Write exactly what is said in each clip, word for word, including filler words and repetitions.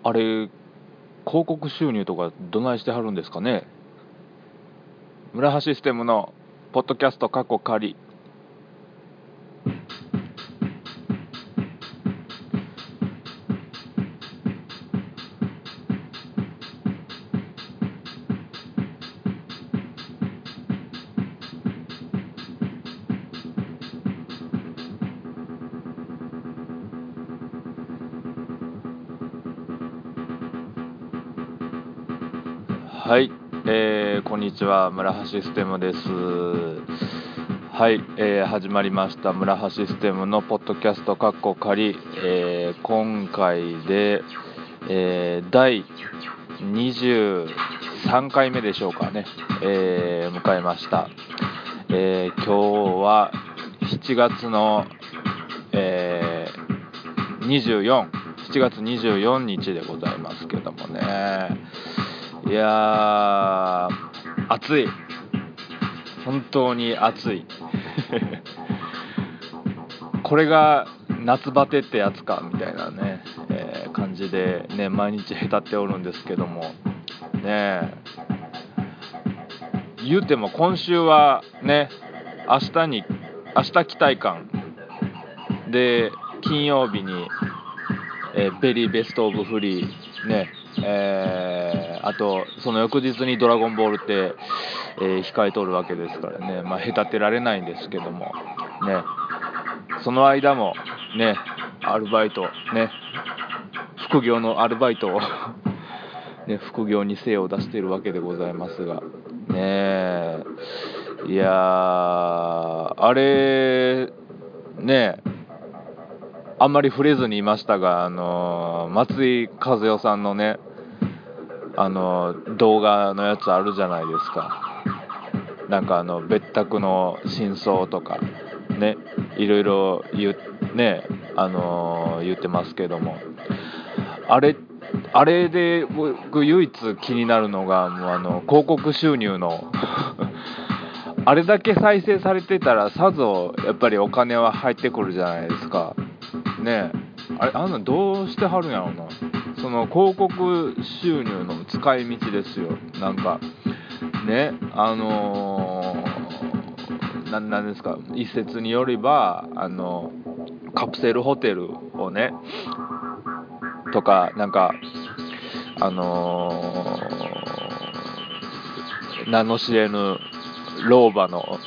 あれ広告収入とかどないしてはるんですかね。村橋システムのポッドキャスト過去仮。はい、えー、こんにちは、村橋システムです。はい、えー、始まりました村橋システムのポッドキャストカッコ仮、えー、今回で、えー、だいにじゅうさんかいめでしょうかね、えー、迎えました。えー、今日はしちがつの、えー、にじゅうよっかしちがつにじゅうよっかでございますけどもね。いやー暑い、本当に暑いこれが夏バテってやつかみたいなね、えー、感じでね毎日へたっておるんですけどもね。言うても今週はね明日に明日期待感で金曜日に、えー、ベリーベストオブフリーね、えー、あとその翌日にドラゴンボールって、えー、控えとるわけですからね、まあ隔てられないんですけどもね、その間もねアルバイトね副業のアルバイトをね副業に精を出しているわけでございますがね。いやーあれねあんまり触れずにいましたが、あのー、松井和代さんのねあの動画のやつあるじゃないですか。なんかあの別宅の真相とかねいろいろ言うねあのー、言ってますけども、あれあれで僕唯一気になるのがもうあの広告収入のあれだけ再生されてたらさぞやっぱりお金は入ってくるじゃないですかね。あれあんなどうしてはるんやろうな、その広告収入の使い道ですよ。なんかねあのー、な, なんですか一説によればあのカプセルホテルをねとかなんかあのー、名の知れぬ老婆の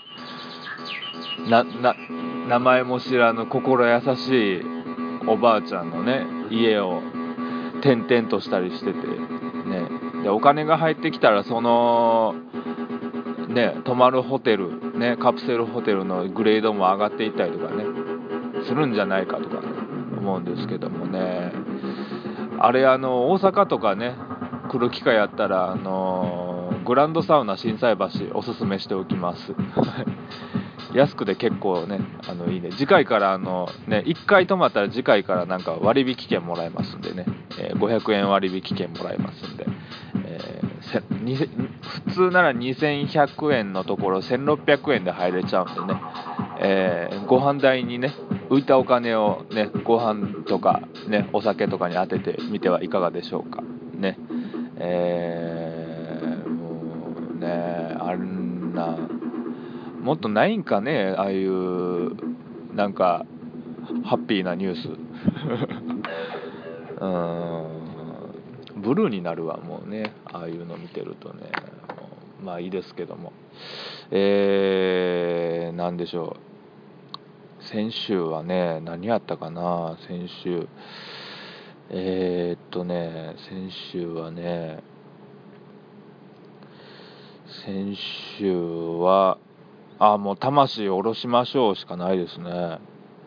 なな名前も知らぬ心優しいおばあちゃんのね家を転々としたりしててね、でお金が入ってきたらそのね泊まるホテルねカプセルホテルのグレードも上がっていったりとかねするんじゃないかとか、ね、思うんですけどもね。あれあの大阪とかね来る機会あったらあのグランドサウナ心斎橋おすすめしておきます安くで結構ねあのいいね。次回からあのねいっかい泊まったら次回からなんか割引券もらえますんでね、えー、ごひゃくえん割引券もらえますんで、えー、普通ならにせんひゃくえんのところせんろっぴゃくえんで入れちゃうんでね、えー、ご飯代にね浮いたお金をねご飯とかねお酒とかに当ててみてはいかがでしょうかね。えー、もうねあんなもっとないんかねああいうなんかハッピーなニュースうーんブルーになるわもうねああいうの見てるとね。まあいいですけども、えー、なんでしょう先週はね何やったかな。先週えー、っとね先週はね先週はあもう魂を下ろしましょうしかないですね。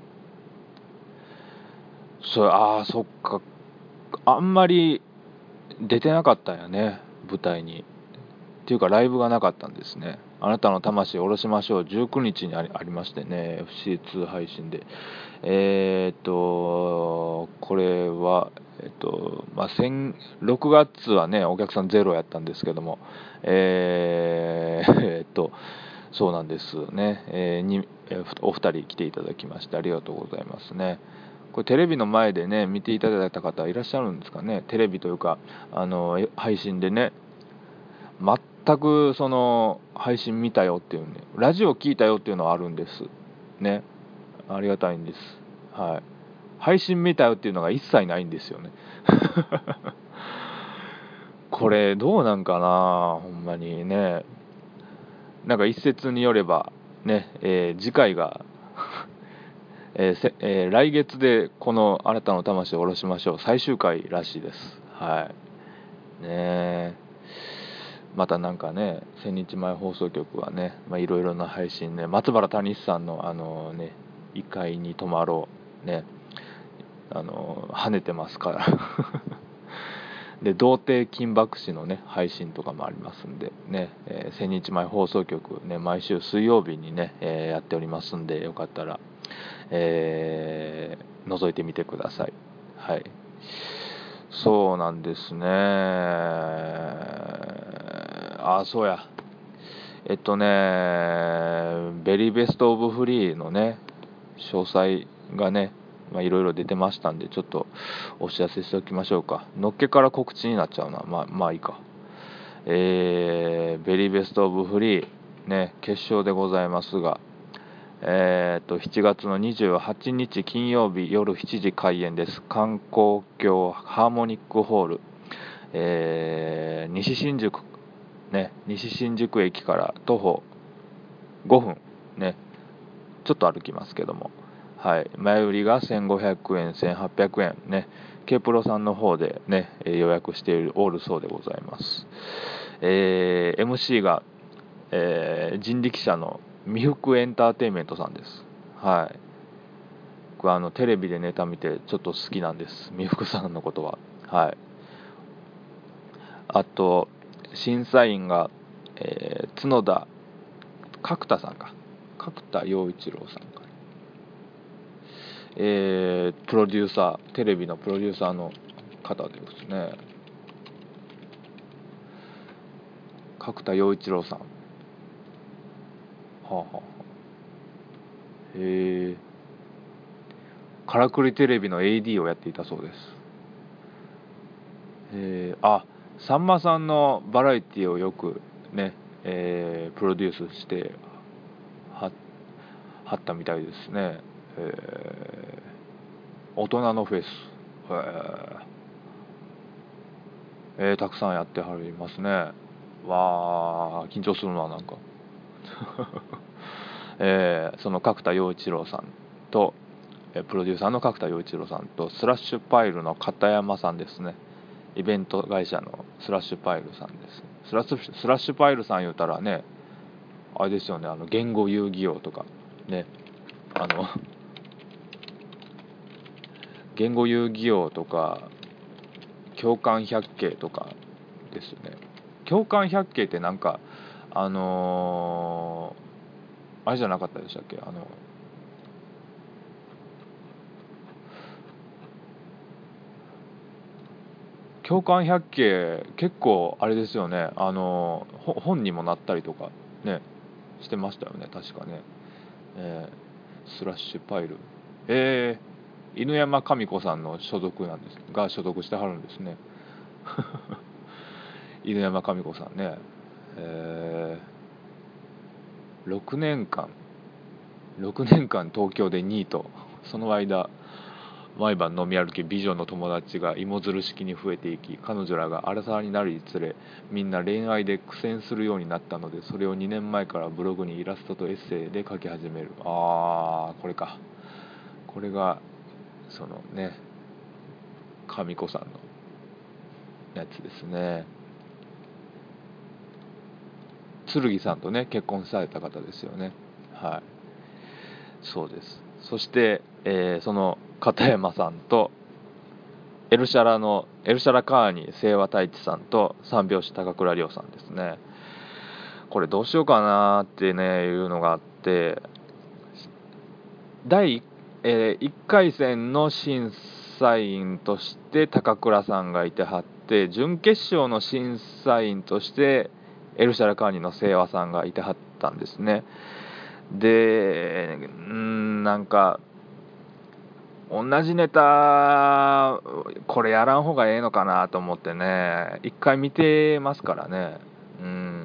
そあそっかあんまり出てなかったんやね舞台に。っていうかライブがなかったんですね。あなたの魂を下ろしましょうじゅうくにちにあり、ありましてね エフシーツー 配信でえー、っとこれはえっとまあろくがつはねお客さんゼロやったんですけどもえー、えー、っとそうなんですね、えー、にお二人来ていただきましてありがとうございますね。 これテレビの前でね見ていただいた方いらっしゃるんですかね。テレビというかあの配信でね、全くその配信見たよっていうね、ラジオ聞いたよっていうのはあるんですね。ありがたいんです。はい。配信見たよっていうのが一切ないんですよね。これどうなんかな、ほんまにね。なんか一説によればね、えー次回がえーせえー来月でこのあなたの魂を下ろしましょう最終回らしいです。はいねえ、またなんかね、千日前放送局はね、まあいろいろな配信ね、松原谷さんのあのね、異界に泊まろうね、あの跳ねてますからで童貞金箔師のね配信とかもありますんでね、えー、千日前放送局ね、毎週水曜日にね、えーやっておりますんで、よかったら、えー覗いてみてください。はい、そうなんですね。あ、そうや、えっとねベリーベストオブフリーのね詳細がね、まあいろいろ出てましたんで、ちょっとお知らせしておきましょうか。のっけから告知になっちゃうな。まあまあいいか。えー、ベリーベストオブフリーね、決勝でございますが、えー、としちがつのにじゅうはちにち金曜日夜しちじ開演です。観光協ハーモニックホール、えー西新宿ね、西新宿駅から徒歩ごふんね、ちょっと歩きますけども、はい、前売りがせんごひゃくえん、せんはっぴゃくえんね、K プロさんの方でね予約しているおるそうでございます。えー エムシー が、えー人力車の未福エンターテインメントさんです。はい、僕はあのテレビでネタ見てちょっと好きなんです、未福さんのことは。はい、あと審査員が、えー角田角田さんか角田陽一郎さんか、えープロデューサー、テレビのプロデューサーの方ですね。角田陽一郎さん、はあはあ、へえ、からくりテレビの エーディー をやっていたそうです。えー、あ、さんまさんのバラエティをよくね、えープロデュースしてははったみたいですね。えー大人のフェス、えーえーたくさんやってはりますね。わー、緊張するな、なんかえーその角田陽一郎さんと、えプロデューサーの角田陽一郎さんとスラッシュパイルの片山さんですね。イベント会社のスラッシュパイルさんです。スラッシュスラッシュパイルさん言うたらね、あれですよね、あの言語遊戯王とかね、あの言語遊戯王とか共感百景とかですね。共感百景ってなんかあのー、あれじゃなかったでしたっけ、あの共感百景結構あれですよね、あのー本にもなったりとかねしてましたよね、確かね。えースラッシュパイル、えー、犬山紙子さんの所属なんですが所属してはるんですね。犬山紙子さんね、えー、ろくねんかんろくねんかん東京でニート、その間毎晩飲み歩き美女の友達が芋づる式に増えていき、彼女らが荒沢になるにつれみんな恋愛で苦戦するようになったので、それをにねんまえからブログにイラストとエッセイで書き始める。あー、これか、これがそのね神子さんのやつですね。剣さんとね結婚された方ですよね。はい、そうです。そして、えーその片山さんとエルシャラのエルシャラカーニ清和太一さんと三拍子高倉涼さんですね。これどうしようかなってねいうのがあって、第、えー、いっかい戦の審査員として高倉さんがいてはって、準決勝の審査員としてエルシャラカーニの清和さんがいてはったんですね。で、うーんなんか同じネタこれやらん方がええのかなと思ってね一回見てますからね。うん、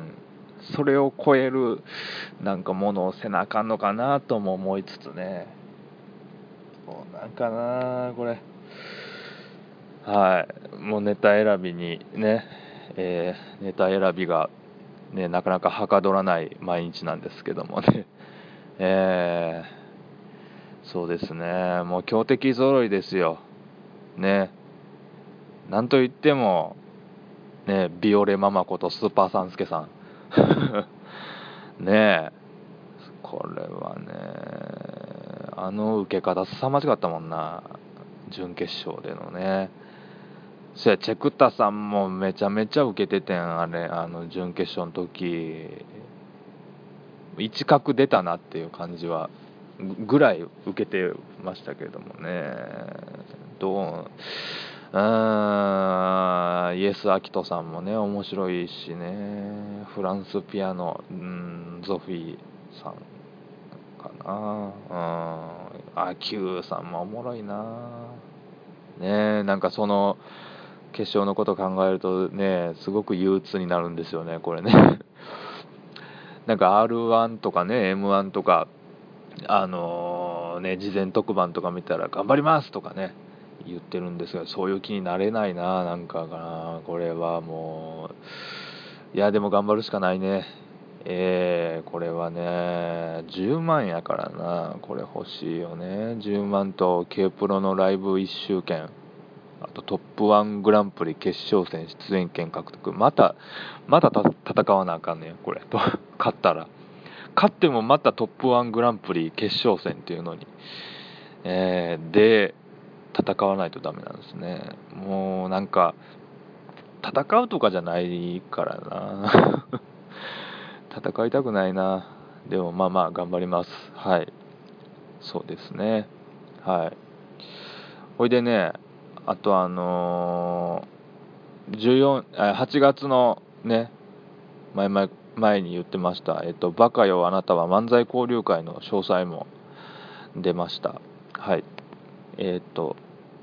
それを超えるなんかものをせなあかんのかなとも思いつつね。そうなんかなこれ。はい、もうネタ選びにね、えー、ネタ選びがねなかなかはかどらない毎日なんですけどもね。えー、そうですね、もう強敵揃いですよね。なんといってもね、ビオレママことスーパーサンスケさんねえ、これはね、あの受け方凄まじかったもんな、準決勝でのね。そやチェクタさんもめちゃめちゃ受けててん、あれ、あの準決勝の時一角出たなっていう感じはぐらい受けてましたけどもね。どううーんイエス・アキトさんもね面白いしね。フランスピアノ、うん、ゾフィーさんかな。うん、あ、キューさんもおもろいなね。なんかその決勝のことを考えるとねすごく憂鬱になるんですよねこれねなんか アールワン とかね エムワン とかあのー、ね事前特番とか見たら頑張りますとかね言ってるんですが、そういう気になれないな、なんかかな、これはもう、いやでも頑張るしかないね。えー、これはねじゅうまんやからな、これ欲しいよね。じゅうまんと K プロのライブ一周券、あとトップワングランプリ決勝戦出演権獲得。またまたた戦わなあかんねんこれと勝ったら勝ってもまたトップワングランプリ決勝戦っていうのに、えー、で戦わないとダメなんですね。もうなんか戦うとかじゃないからな戦いたくないな。でもまあまあ頑張ります。はい、そうですね。はい。ほいでね、あとあのー、じゅうよんあはちがつのね前々前に言ってました、えっと、バカよあなたは漫才交流会の詳細も出ました。はい。えっと、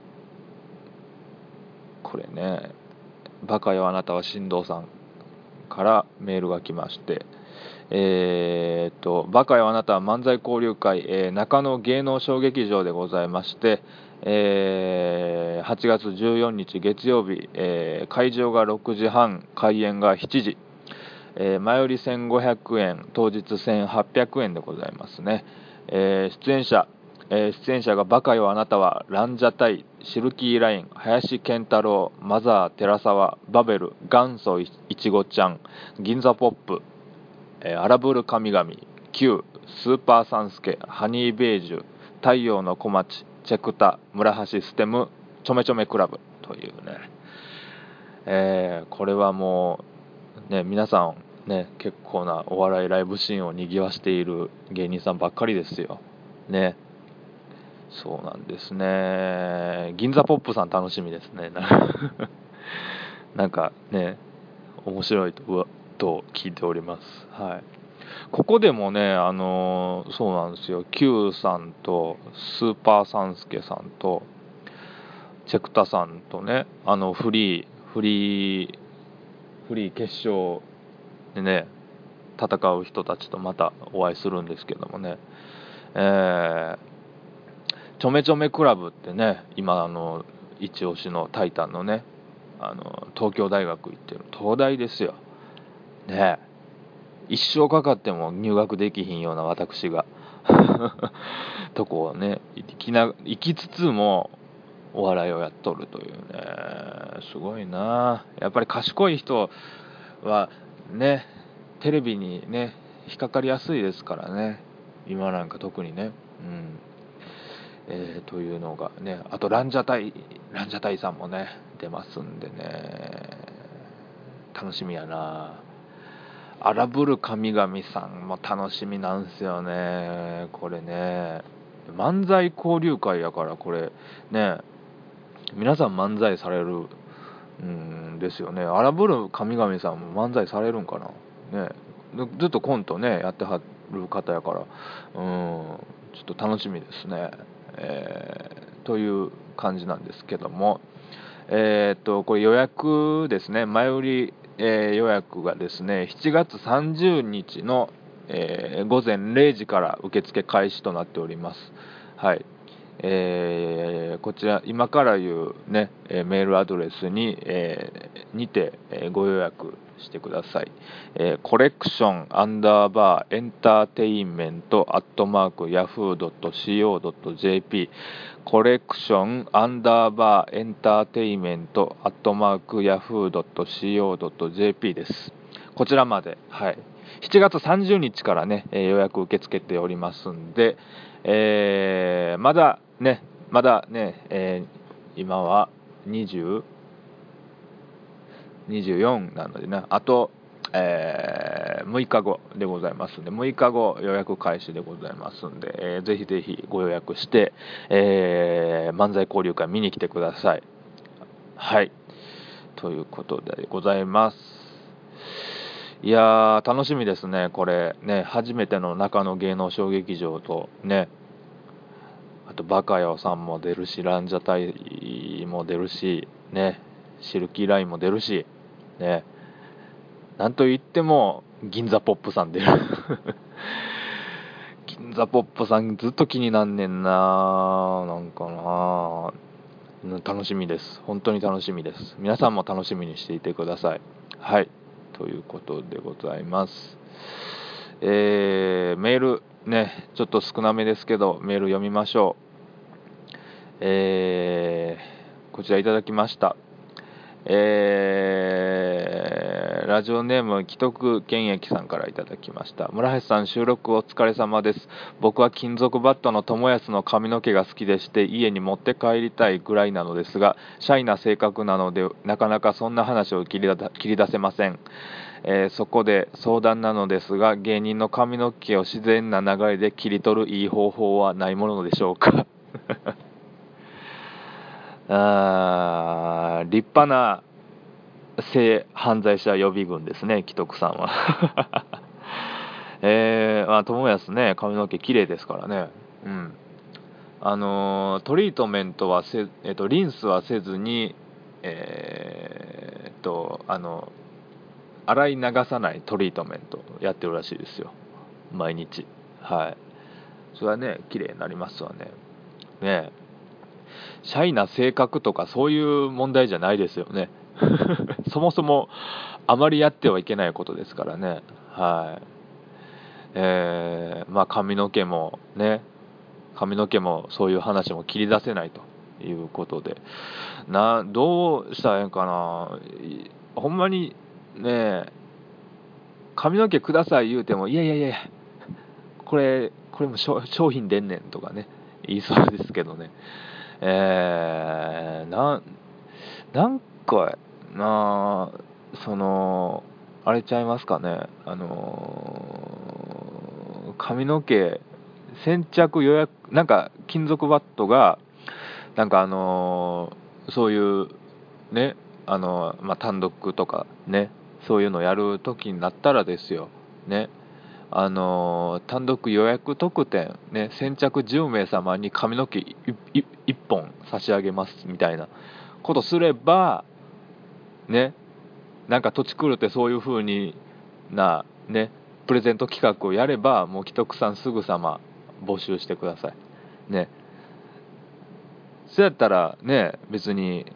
これね、バカよあなたは新藤さんからメールが来まして、えっと、バカよあなたは漫才交流会、えー中野芸能小劇場でございまして、えーはちがつじゅうよっか月曜日、えー会場がろくじはん、開演がしちじ、えー前売りせんごひゃくえん、当日せんはっぴゃくえんでございますね。えー出演者、えー出演者がバカよあなたは、ランジャタイ、シルキーライン、林健太郎、マザー寺澤、バベル、元祖いちごちゃん、銀座ポップ、えー荒ぶる神々、Q、スーパーサンスケ、ハニーベージュ、太陽の小町、チェクタ、村橋ステム、ちょめちょめクラブというね、えーこれはもうね皆さんね結構なお笑いライブシーンを賑わしている芸人さんばっかりですよね。そうなんですね。銀座ポップさん楽しみですねなんかね面白いとと聞いております。はい。ここでもねあのーそうなんですよ Q さんとスーパーサンスケさんとチェクタさんとねあのフリーフリーフリー決勝でね戦う人たちとまたお会いするんですけどもね、えー、ちょめちょめクラブってね今あの一押しのタイタンのねあの東京大学行ってる東大ですよね。一生かかっても入学できひんような私がとこをね行きな行きつつもお笑いをやっとるというね、すごいな。やっぱり賢い人はねテレビにね引っかかりやすいですからね今なんか特にね。うん、えー、というのがね、あとランジャタイランジャタイさんもね出ますんでね楽しみやな。荒ぶる神々さんも楽しみなんすよねこれね。漫才交流会やからこれね皆さん漫才されるんですよね。荒ぶる神々さんも漫才されるんかなね。ずっとコントねやってはる方やから、うんちょっと楽しみですね。えという感じなんですけども、えー、っとこれ予約ですね、前売り、えー予約がですねしちがつさんじゅうにちの、えー午前れいじから受付開始となっております。はい。えーこちら今から言う、ね、えーメールアドレスに、えーにて、えーご予約してください。えーコレクションアンダーバーエンターテインメントアットマークヤフー .co.jp コレクションアンダーバーエンターテインメントアットマークヤフー .co.jp です。こちらまで、はい、しちがつさんじゅうにちからね、えー予約受け付けておりますんで、えーまだね、まだね、えー今はにじゅう、にじゅうよんなのでね、あと、えーむいかごでございますんで、むいかご予約開始でございますんで、えーぜひぜひご予約して、えー漫才交流会見に来てください。はい。ということでございます。いやー、楽しみですね、これ。ね、初めての中野芸能小劇場と、ね、あとバカヤオさんも出るし、ランジャタイも出るし、ね、シルキーラインも出るし、ね、なんといっても、銀座ポップさん出る。銀座ポップさんずっと気になんねんな、なんかな、楽しみです。本当に楽しみです。皆さんも楽しみにしていてください。はい。ということでございます。えー、メールね、ちょっと少なめですけど、メール読みましょう。えー、こちらいただきました。えー、ラジオネーム既得権益さんからいただきました。村橋さん、収録お疲れ様です。僕は金属バットの友安の髪の毛が好きでして家に持って帰りたいぐらいなのですが、シャイな性格なのでなかなかそんな話を切りだ切り出せません。えーそこで相談なのですが、芸人の髪の毛を自然な流れで切り取るいい方法はないものでしょうか。あー、立派な性犯罪者予備軍ですね、既得さんは。えー、まあ、友安ね、髪の毛綺麗ですからね。うん。あのートリートメントはせ、えっと、リンスはせずに、えーっと、あの、洗い流さないトリートメントやってるらしいですよ。毎日。はい。それはね、綺麗になりますわね。ねえ、シャイな性格とかそういう問題じゃないですよね。そもそもあまりやってはいけないことですからね。はい。えー、まあ髪の毛もね、髪の毛もそういう話も切り出せないということで、な、どうしたらええんかな。いほんまにね、髪の毛ください言うても、いやいやいや、これ、これも商商品出んねんとかね、言いそうですけどね。えー、な、なんかな、その、あれちゃいますかね、あのー髪の毛、先着予約、なんか金属バットが、なんかあのーそういうね、あのーまあ、単独とかね、そういうのやるときになったらですよ、ね、あのー単独予約特典、ね、先着じゅうめい様に髪の毛いいいっぽん差し上げますみたいなことすれば、ね、なんか土地狂ってそういう風にな、ね、プレゼント企画をやれば、もう既得さんすぐさま募集してください。ね。そうやったらね、別に、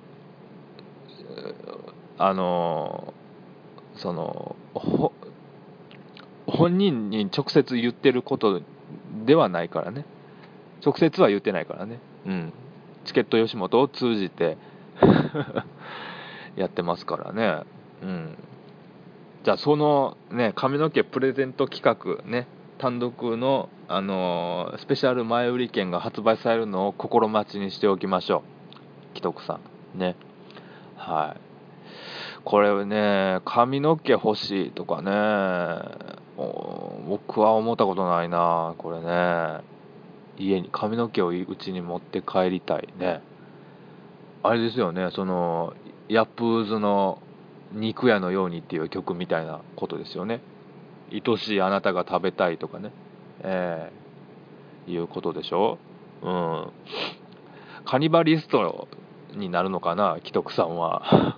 あのーその、ほ本人に直接言ってることではないからね。直接は言ってないからね。うん。チケット吉本を通じてやってますからね。うん。じゃあそのね、髪の毛プレゼント企画ね、単独の、あのースペシャル前売り券が発売されるのを心待ちにしておきましょう。既得さん。ね。はい。これね、髪の毛欲しいとかね、僕は思ったことないな、これね。家に髪の毛をうちに持って帰りたいね。あれですよね、そのヤップーズの肉屋のようにっていう曲みたいなことですよね。愛しいあなたが食べたいとかね、えー、いうことでしょ。うん。 カニバリストになるのかな、既得さんは。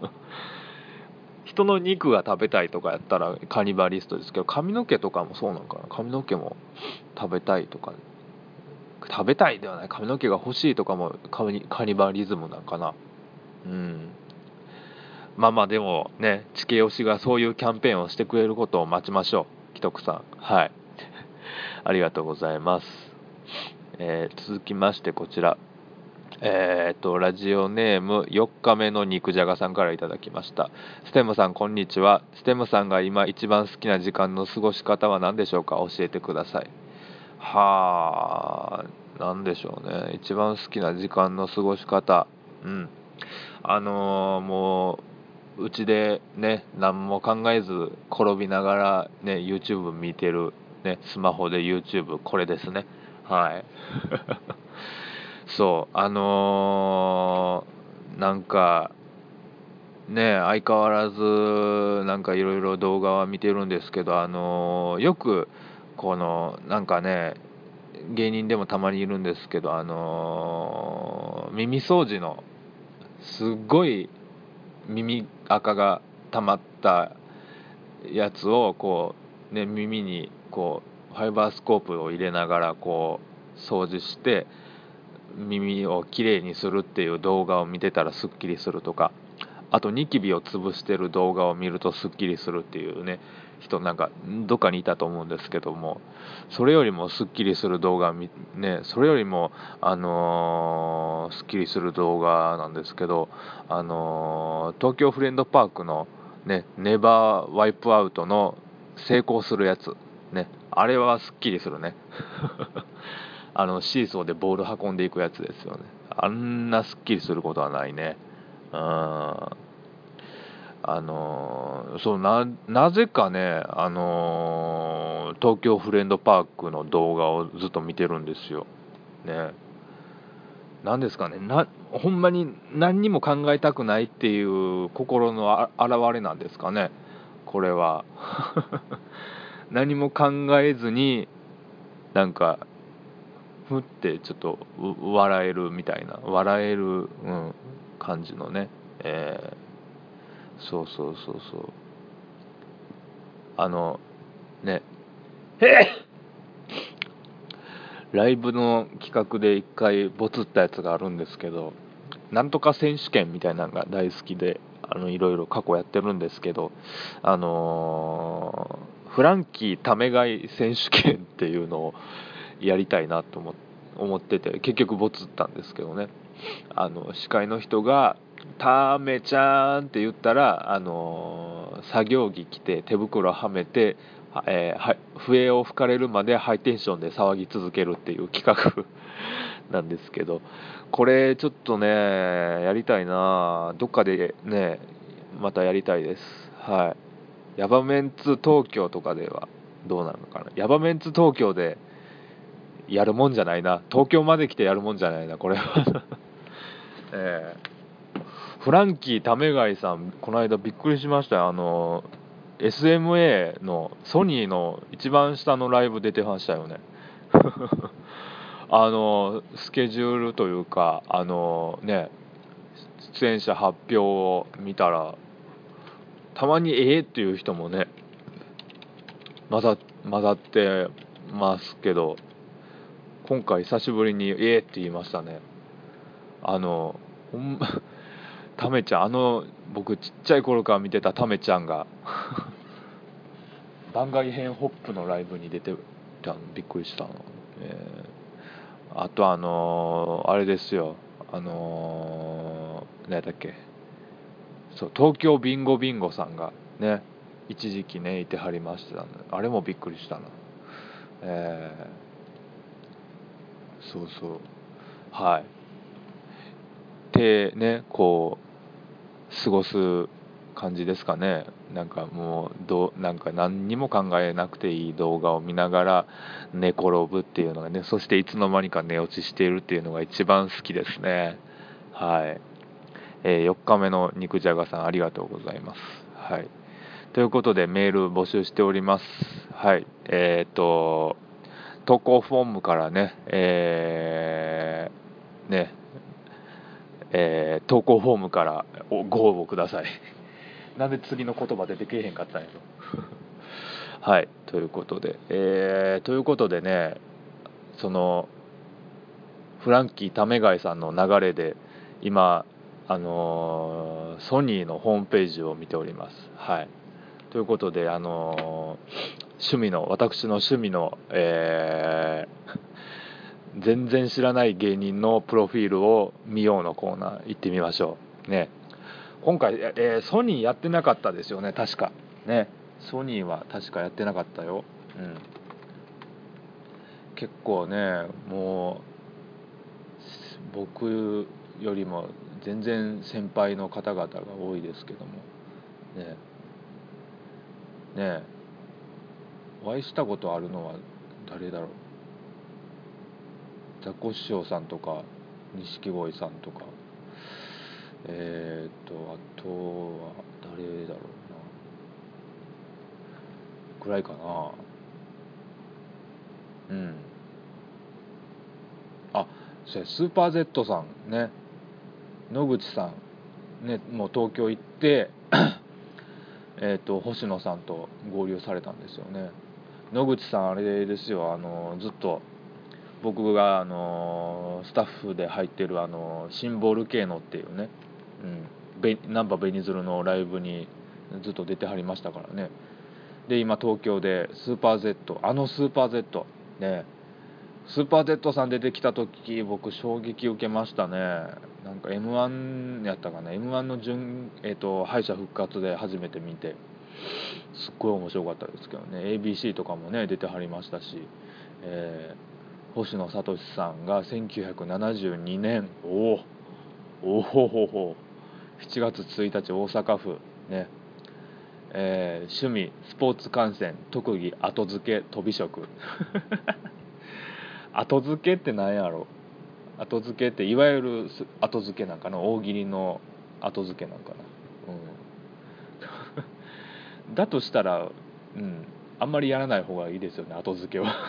人の肉が食べたいとかやったらカニバリストですけど、髪の毛とかもそうなのかな。髪の毛も食べたいとか、食べたいではない、髪の毛が欲しいとかもカニ、カニバリズムなんかな。うん。まあまあ、でもね、チケヨシがそういうキャンペーンをしてくれることを待ちましょう、既得さん。はい。ありがとうございます。えー続きましてこちら。えー、とラジオネームよっかめの肉じゃがさんからいただきました。ステムさん、こんにちは。ステムさんが今一番好きな時間の過ごし方は何でしょうか。教えてください。はあ、なんでしょうね。一番好きな時間の過ごし方。うん。あのーもう、うちでね、何も考えず転びながらね、YouTube 見てる、ね、スマホで YouTube、これですね。はい。そう、あのーなんか、ね、相変わらず、なんかいろいろ動画は見てるんですけど、あのーよく、この、なんかね、芸人でもたまにいるんですけど、あのー耳掃除の、すっごい耳垢が溜まったやつを、こう、ね、耳に、こう、ファイバースコープを入れながら、こう、掃除して、耳をきれいにするっていう動画を見てたらすっきりするとか、あとニキビを潰してる動画を見るとすっきりするっていうね、人なんかどっかにいたと思うんですけども、それよりもすっきりする動画ね、それよりもあのー、すっきりする動画なんですけど、あのー、東京フレンドパークのね、ネバーワイプアウトの成功するやつね、あれはすっきりするね。あのシーソーでボール運んでいくやつですよね。あんなすっきりすることはないね。うん。あのーそうな、なぜかね、あのー東京フレンドパークの動画をずっと見てるんですよ。ね。なんですかね、な、ほんまに何にも考えたくないっていう心のあ表れなんですかね、これは。何も考えずに、なんか、ふってちょっと笑えるみたいな、笑える、うん、感じのね、えー、そうそうそうそう、あのね、ライブの企画で一回ボツったやつがあるんですけど、なんとか選手権みたいなのが大好きで、あのいろいろ過去やってるんですけど、あのーフランキーため買い選手権っていうのをやりたいなと思思ってて、結局ボツったんですけどね。あの司会の人が「ためちゃん」って言ったら、あのー作業着着て手袋はめて、えーは笛を吹かれるまでハイテンションで騒ぎ続けるっていう企画なんですけど、これちょっとねやりたいな、どっかでねまたやりたいです。はい。ヤバメンツ東京とかではどうなるのかな。ヤバメンツ東京でやるもんじゃないな、東京まで来てやるもんじゃないな、これは。えーフランキーためがいさん、この間びっくりしましたよ。あの エスエムエー のソニーの一番下のライブ出てましたよね。あのスケジュールというか、あのね、出演者発表を見たら、たまにええっていう人もね混ざ混ざってますけど、今回久しぶりにええって言いましたね。あのほんまタメちゃん、あの僕ちっちゃい頃から見てたタメちゃんが番外編ホップのライブに出てたのびっくりしたの、えー、あとあのー、あれですよ、あのー、何やったっけ、そう東京ビンゴビンゴさんがね一時期ねいてはりましたね。あれもびっくりしたな。えー、そうそう、はい。でね、こう過ごす感じですかね。なんかもうどうなんか何にも考えなくていい動画を見ながら寝転ぶっていうのがね、そしていつの間にか寝落ちしているっていうのが一番好きですね。はい。えー、よっかめの肉じゃがさん、ありがとうございます。はい。ということでメール募集しております。はい。えっ、ー、と投稿フォームからね、えー、ねえー、投稿フォームからご応募ください。なんで次の言葉出てけえへんかったんやろはい、ということで、えー、ということでね、そのフランキータメガイさんの流れで今、あのーソニーのホームページを見ております。はい、ということで、あのー趣味の私の趣味の、えー全然知らない芸人のプロフィールを見ようのコーナー行ってみましょうね。今回、えーソニーやってなかったですよね、確かね。ソニーは確かやってなかったよ。うん、結構ね、もう僕よりも全然先輩の方々が多いですけどもね。ねお会いしたことあるのは誰だろう。ザコシショウさんとか錦鯉さんとか、えーとあとは誰だろうなぐらいかな。うん。あ、そうや、スーパー Z さんね、野口さんね、もう東京行ってえっと星野さんと合流されたんですよね。野口さんあれですよ、あのずっと僕があのスタッフで入ってるあのシンボル系のっていうね、うん、ベナンバベニズルのライブにずっと出てはりましたからね。で今東京でスーパー Z、 あのスーパー Z ね、スーパー Z さん出てきた時僕衝撃受けましたね。なんか エムワン やったかな、 エムワン の準、えー、と敗者復活で初めて見てすっごい面白かったですけどね。 エービーシー とかもね出てはりましたし、えー星野聡さんがせんきゅうひゃくななじゅうにねん、おおおおしちがつついたち大阪府ね、えー趣味スポーツ観戦、特技後付けとび職後付けって何やろ。後付けっていわゆる後付けなんかな、大喜利の後付けなんかな、うん、だとしたら、うん、あんまりやらない方がいいですよね、後付けは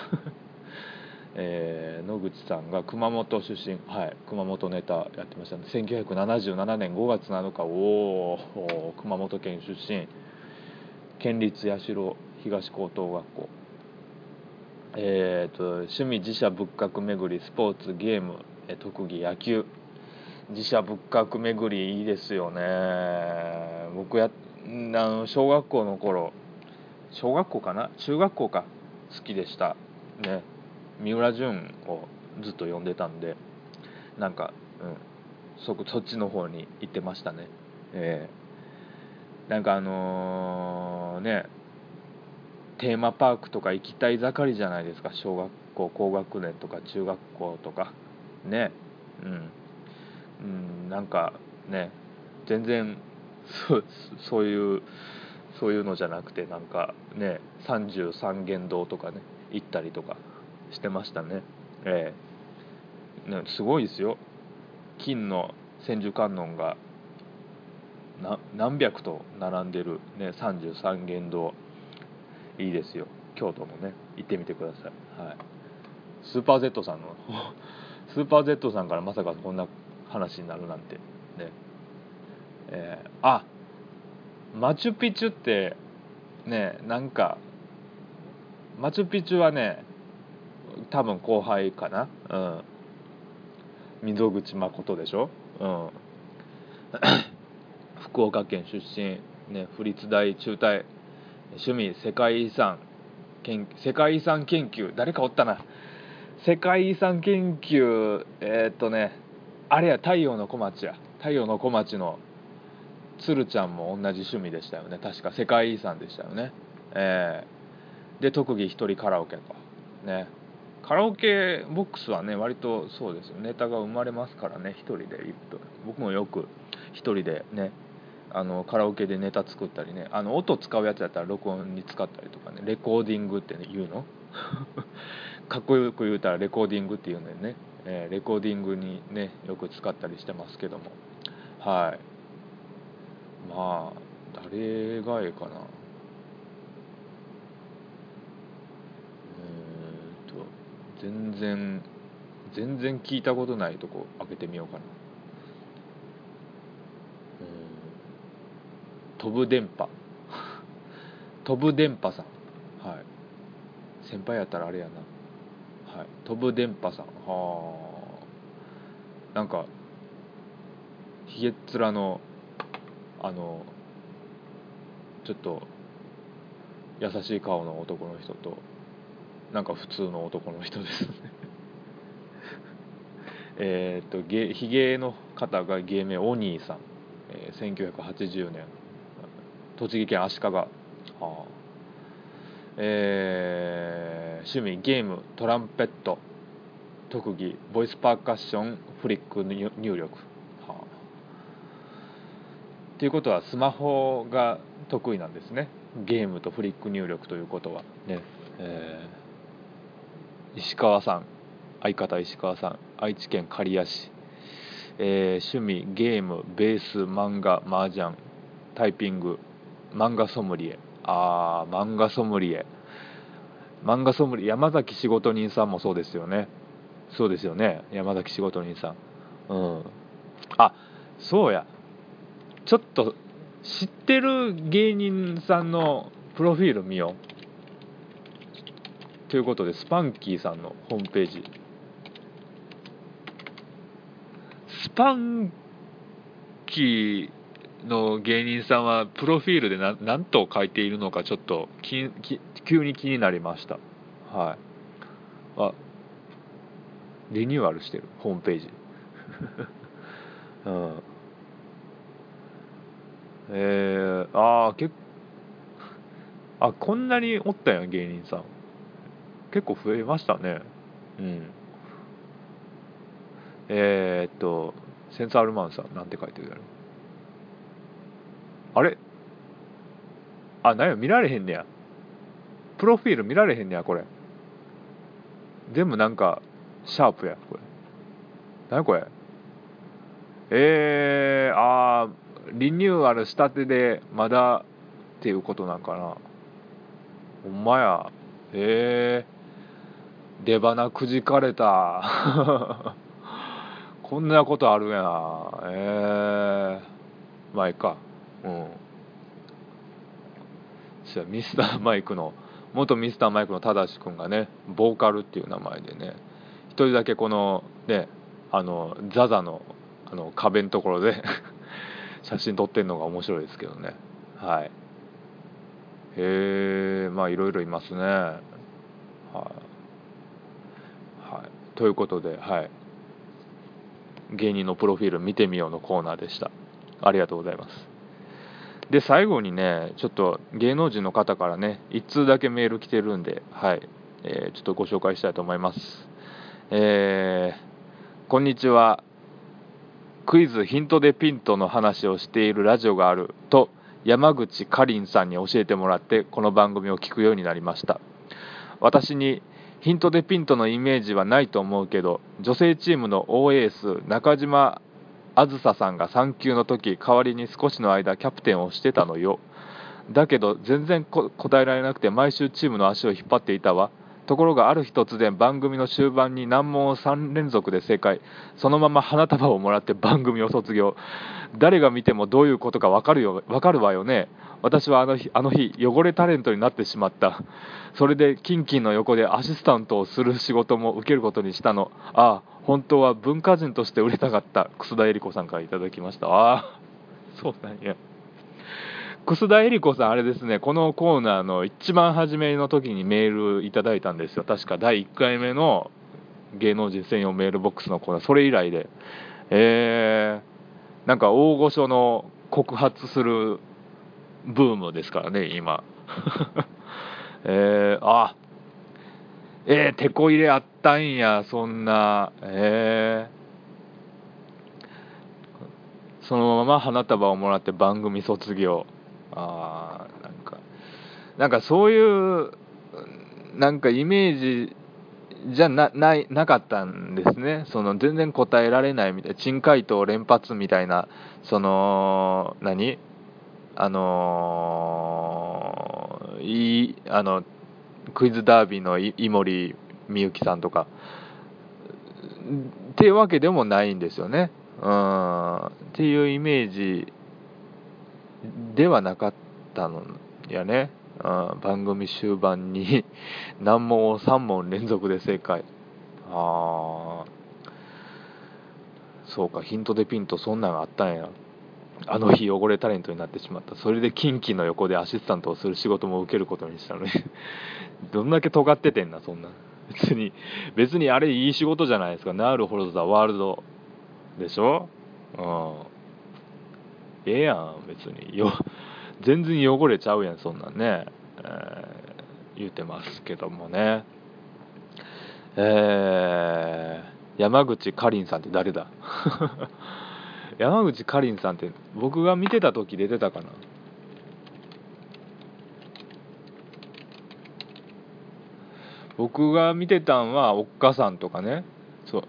えー野口さんが熊本出身、はい、熊本ネタやってましたね。せんきゅうひゃくななじゅうななねんごがつなのか、おお熊本県出身、県立八代東高等学校、えーと趣味自社仏閣巡り、スポーツゲーム、え特技野球。自社仏閣巡りいいですよね。僕やんあの小学校の頃、小学校かな中学校か、好きでしたね。三浦淳をずっと読んでたんで、なんか、うん、そこそっちの方に行ってましたね。えー、なんかあのーねテーマパークとか行きたい盛りじゃないですか、小学校高学年とか中学校とかね。うん、うん、なんかね全然そそういうそういうのじゃなくて、なんかねさんじゅうさんげん堂とかね行ったりとかしてましたね。ええね、すごいですよ。金の千手観音がな何百と並んでる、ね、さんじゅうさんげん堂、いいですよ。京都もね行ってみてください。はい、スーパー Z さんのスーパー Z さんからまさかこんな話になるなんてね。えー、あマチュピチュってね、なんかマチュピチュはね多分後輩かな、うん、溝口誠でしょ、うん、福岡県出身、ね、府立大中退、趣味世界遺産研世界遺産研究、誰かおったな、世界遺産研究、えー、っとねあれや、太陽の小町や、太陽の小町の鶴ちゃんも同じ趣味でしたよね、確か世界遺産でしたよね。えー、で特技一人カラオケとね。カラオケボックスはね割とそうですよ、ネタが生まれますからね、一人でいっぷん、僕もよく一人でねあのカラオケでネタ作ったりね、あの音使うやつやったら録音に使ったりとかね、レコーディングって、ね、言うのかっこよく言うたらレコーディングっていうんだよね、えー、レコーディングにねよく使ったりしてますけども、はい、まあ誰がええかな、えーと全然全然聞いたことないとこ開けてみようかな。 飛ぶ電波飛ぶ電波さん、はい、先輩やったらあれやな、はい、飛ぶ電波さん、はあ、なんかひげっ面のあのちょっと優しい顔の男の人と、なんか普通の男の人ですねえっとひげの方が芸名お兄さん、えー、せんきゅうひゃくはちじゅうねん栃木県足利、はあ、えー、趣味ゲーム、トランペット、特技ボイスパーカッション、フリック入力、はあ、っていうことはスマホが得意なんですね。ゲームとフリック入力ということはね、えー、石川さん、相方石川さん、愛知県刈谷市、えー、趣味ゲーム、ベース、漫画、麻雀、タイピング、漫画ソムリエ、あー漫画ソムリエ漫画ソムリエ山崎仕事人さんもそうですよね。そうですよね、山崎仕事人さん。うん。あ、そうや。ちょっと知ってる芸人さんのプロフィール見ようということで、スパンキーさんのホームページ、スパンキーの芸人さんはプロフィールで何何と書いているのか、ちょっときき急に気になりました。はい。あ、リニューアルしてるホームページうん、えー、ああ、結あこんなにおったんや芸人さん。結構増えましたね。うん。えー、っとセンスアルマンさんなんて書いてるやろ。あれ、あ、なんや見られへんねや。プロフィール見られへんねやこれ。全部なんかシャープやこれ。何やこれ。えー、あーリニューアルしたてでまだっていうことなんかな。ほんまや。えー、出花くじかれたこんなことあるやな。えー、まあいいか。うん。ミスターマイクの元ミスターマイクの正くんがね、ボーカルっていう名前でね、一人だけこのね、あのザザのあの壁のところで写真撮ってるのが面白いですけどね。はい。へえ、まあいろいろいますね。はい、はい。ということで、はい。芸人のプロフィール見てみようのコーナーでした。ありがとうございます。で最後にね、ちょっと芸能人の方からね一通だけメール来てるんで、はい、えー、ちょっとご紹介したいと思います。えー、こんにちは。クイズヒントでピントの話をしているラジオがあると山口かりんさんに教えてもらってこの番組を聞くようになりました。私にヒントでピントのイメージはないと思うけど、女性チームの オーエーエス 中島あずささんがさん級の時代わりに少しの間キャプテンをしてたのよ。だけど全然答えられなくて毎週チームの足を引っ張っていたわ。ところがある日突然番組の終盤に難問をさん連続で正解。そのまま花束をもらって番組を卒業。誰が見てもどういうことかわかるよ、わかるわよね。私はあの日、あの日汚れタレントになってしまった。それでキンキンの横でアシスタントをする仕事も受けることにしたの。ああ、本当は文化人として売れたかった。楠田絵理子さんからいただきました。ああ、そうなんや。楠田絵理子さん、あれですね、このコーナーの一番初めの時にメールいただいたんですよ。確かだいいっかいめの芸能人専用メールボックスのコーナー、それ以来で、えー、なんか大御所の告発するブームですからね、今。えー、あ、えー、テこ入れあったんや、そんな、えー、そのまま花束をもらって番組卒業。あー、なんか、なんかそういうなんかイメージじゃな、ない、なかったんですね。その全然答えられないみたいな、珍回答連発みたいな、その、何あのー、いい、あの、クイズダービーの井森美幸さんとか、っていうわけでもないんですよね。うん、っていうイメージではなかったのやね。うん、番組終盤に難問をさん問連続で正解。あー、そうか、ヒントでピントそんなんあったんや。あの日汚れタレントになってしまった。それで近畿の横でアシスタントをする仕事も受けることにしたのにどんだけ尖っててんな、そんな。別に別にあれいい仕事じゃないですか。ナールホロザワールドでしょ。うん、ええやん、別によ全然汚れちゃうやん、そんなんね、えー、言うてますけどもね。えー、山口かりんさんって誰だ山口かりんさんって僕が見てた時出てたかな。僕が見てたんはおっかさんとかね。そう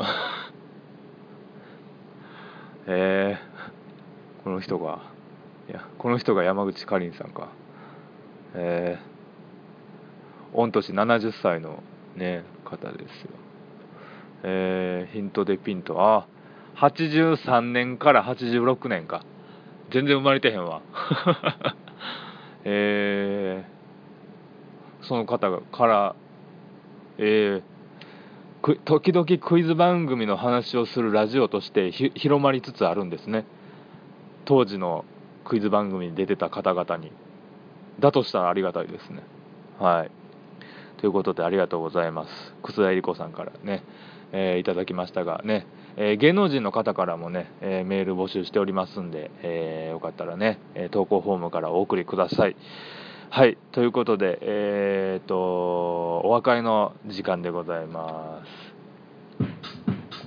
えー、この人がいやこの人が山口かりんさんか。えー、御年ななじゅっさいのね方ですよ。えー、ヒントでピント、あ、はちじゅうさんねんからはちじゅうろくねんか。全然生まれてへんわえー、その方がから、えー、時々クイズ番組の話をするラジオとしてひ広まりつつあるんですね。当時のクイズ番組に出てた方々に。だとしたらありがたいですね。はい。ということでありがとうございます。楠田絵理子さんからね、えー、いただきましたがね、えー、芸能人の方からもね、えー、メール募集しておりますんで、えー、よかったらね、投稿フォームからお送りください。はい、ということで、えー、とお別れの時間でございます。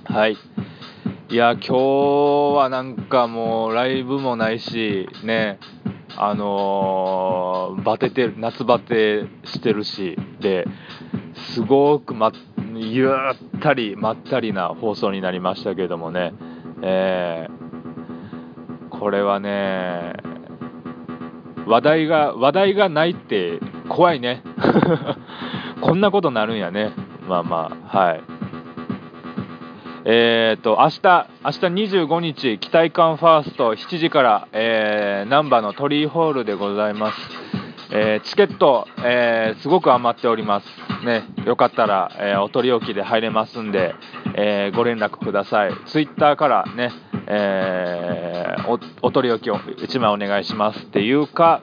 はい、いや今日はなんかもうライブもないしね、あのー、バテて夏バテしてるしですごくまゆったりまったりな放送になりましたけれどもね、えー、これはね話題が話題がないって怖いねこんなことなるんやね。まあまあ、はい。えー、と明日明日にじゅうごにち期待感ファーストしちじから、えー、難波の鳥居ホールでございます。えー、チケット、えー、すごく余っておりますね。よかったら、えー、お取り置きで入れますんで、えー、ご連絡ください。ツイッターからね、えー、お, お取り置きをいちまいお願いしますっていうか、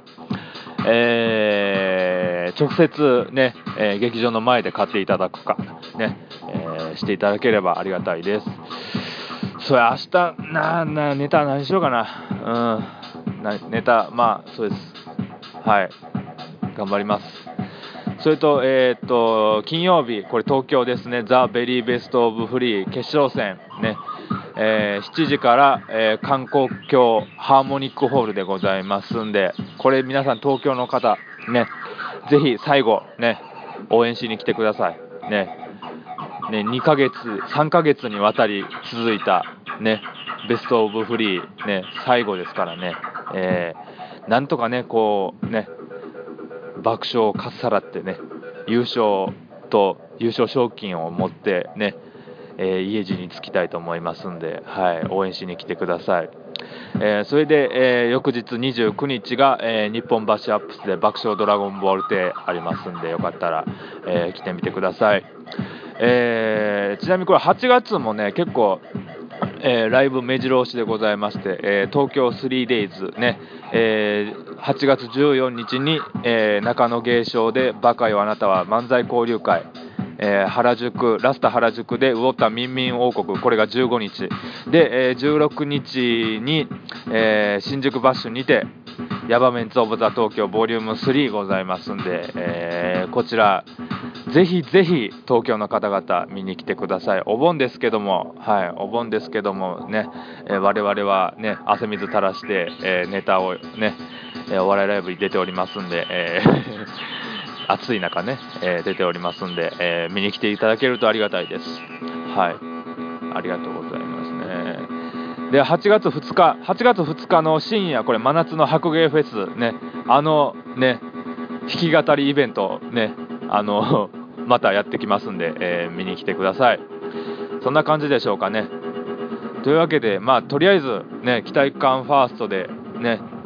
えー、直接ね、えー、劇場の前で買っていただくかね、えー、していただければありがたいです。それ明日ななネタ何しようかな。うんなネタまあそうです。はい、頑張ります。それとえー、っと金曜日これ東京ですね。ザ・ベリーベスト・オブ・フリー決勝戦ね、えー、しちじから、えー、韓国橋ハーモニックホールでございますんで、これ皆さん東京の方ねぜひ最後ね応援しに来てくださいね。ねにかげつさんかげつにわたり続いたねベストオブフリーね最後ですからね、えー、なんとかねこうね爆笑をかっさらってね優勝と優勝賞金を持ってね、えー、家路に着きたいと思いますんで、はい、応援しに来てください。えー、それで、えー、翌日にじゅうくにちが、えー、日本橋アップスで爆笑ドラゴンボール亭ありますんで、よかったら、えー、来てみてください。えー、ちなみにこれはちがつもね結構、えー、ライブ目白押しでございまして、えー、東京 スリーデイズ ね、えー、はちがつじゅうよっかに、えー、中野芸商でバカよあなたは漫才交流会、えー、原宿ラスタ原宿でウォッタミンミン王国、これがじゅうごにちで、えー、じゅうろくにちに、えー、新宿バッシュにてヤバメンツオブザ東京ボリュームスリーございますんで、えー、こちらぜひぜひ東京の方々見に来てください。お盆ですけども、はい、お盆ですけどもね、えー、我々はね汗水垂らして、えー、ネタをね、えー、お笑いライブに出ておりますんで、えー、暑い中ね、えー、出ておりますんで、えー、見に来ていただけるとありがたいです。はい、ありがとうございますね。ではちがつふつかはちがつふつかの深夜、これ真夏の白芸フェスね、あのね弾き語りイベントね、あのまたやってきますんで、えー、見に来てください。そんな感じでしょうかね。というわけで、まあとりあえずね期待感ファーストでね、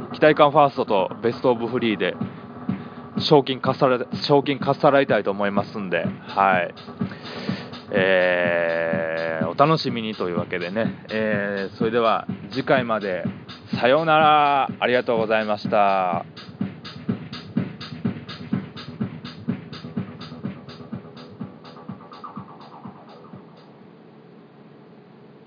期待感ファーストとベストオブフリーで賞金かっさら賞金かっさらいたいと思いますんで、はい、えー、お楽しみにというわけでね、えー、それでは次回までさようなら。ありがとうございました。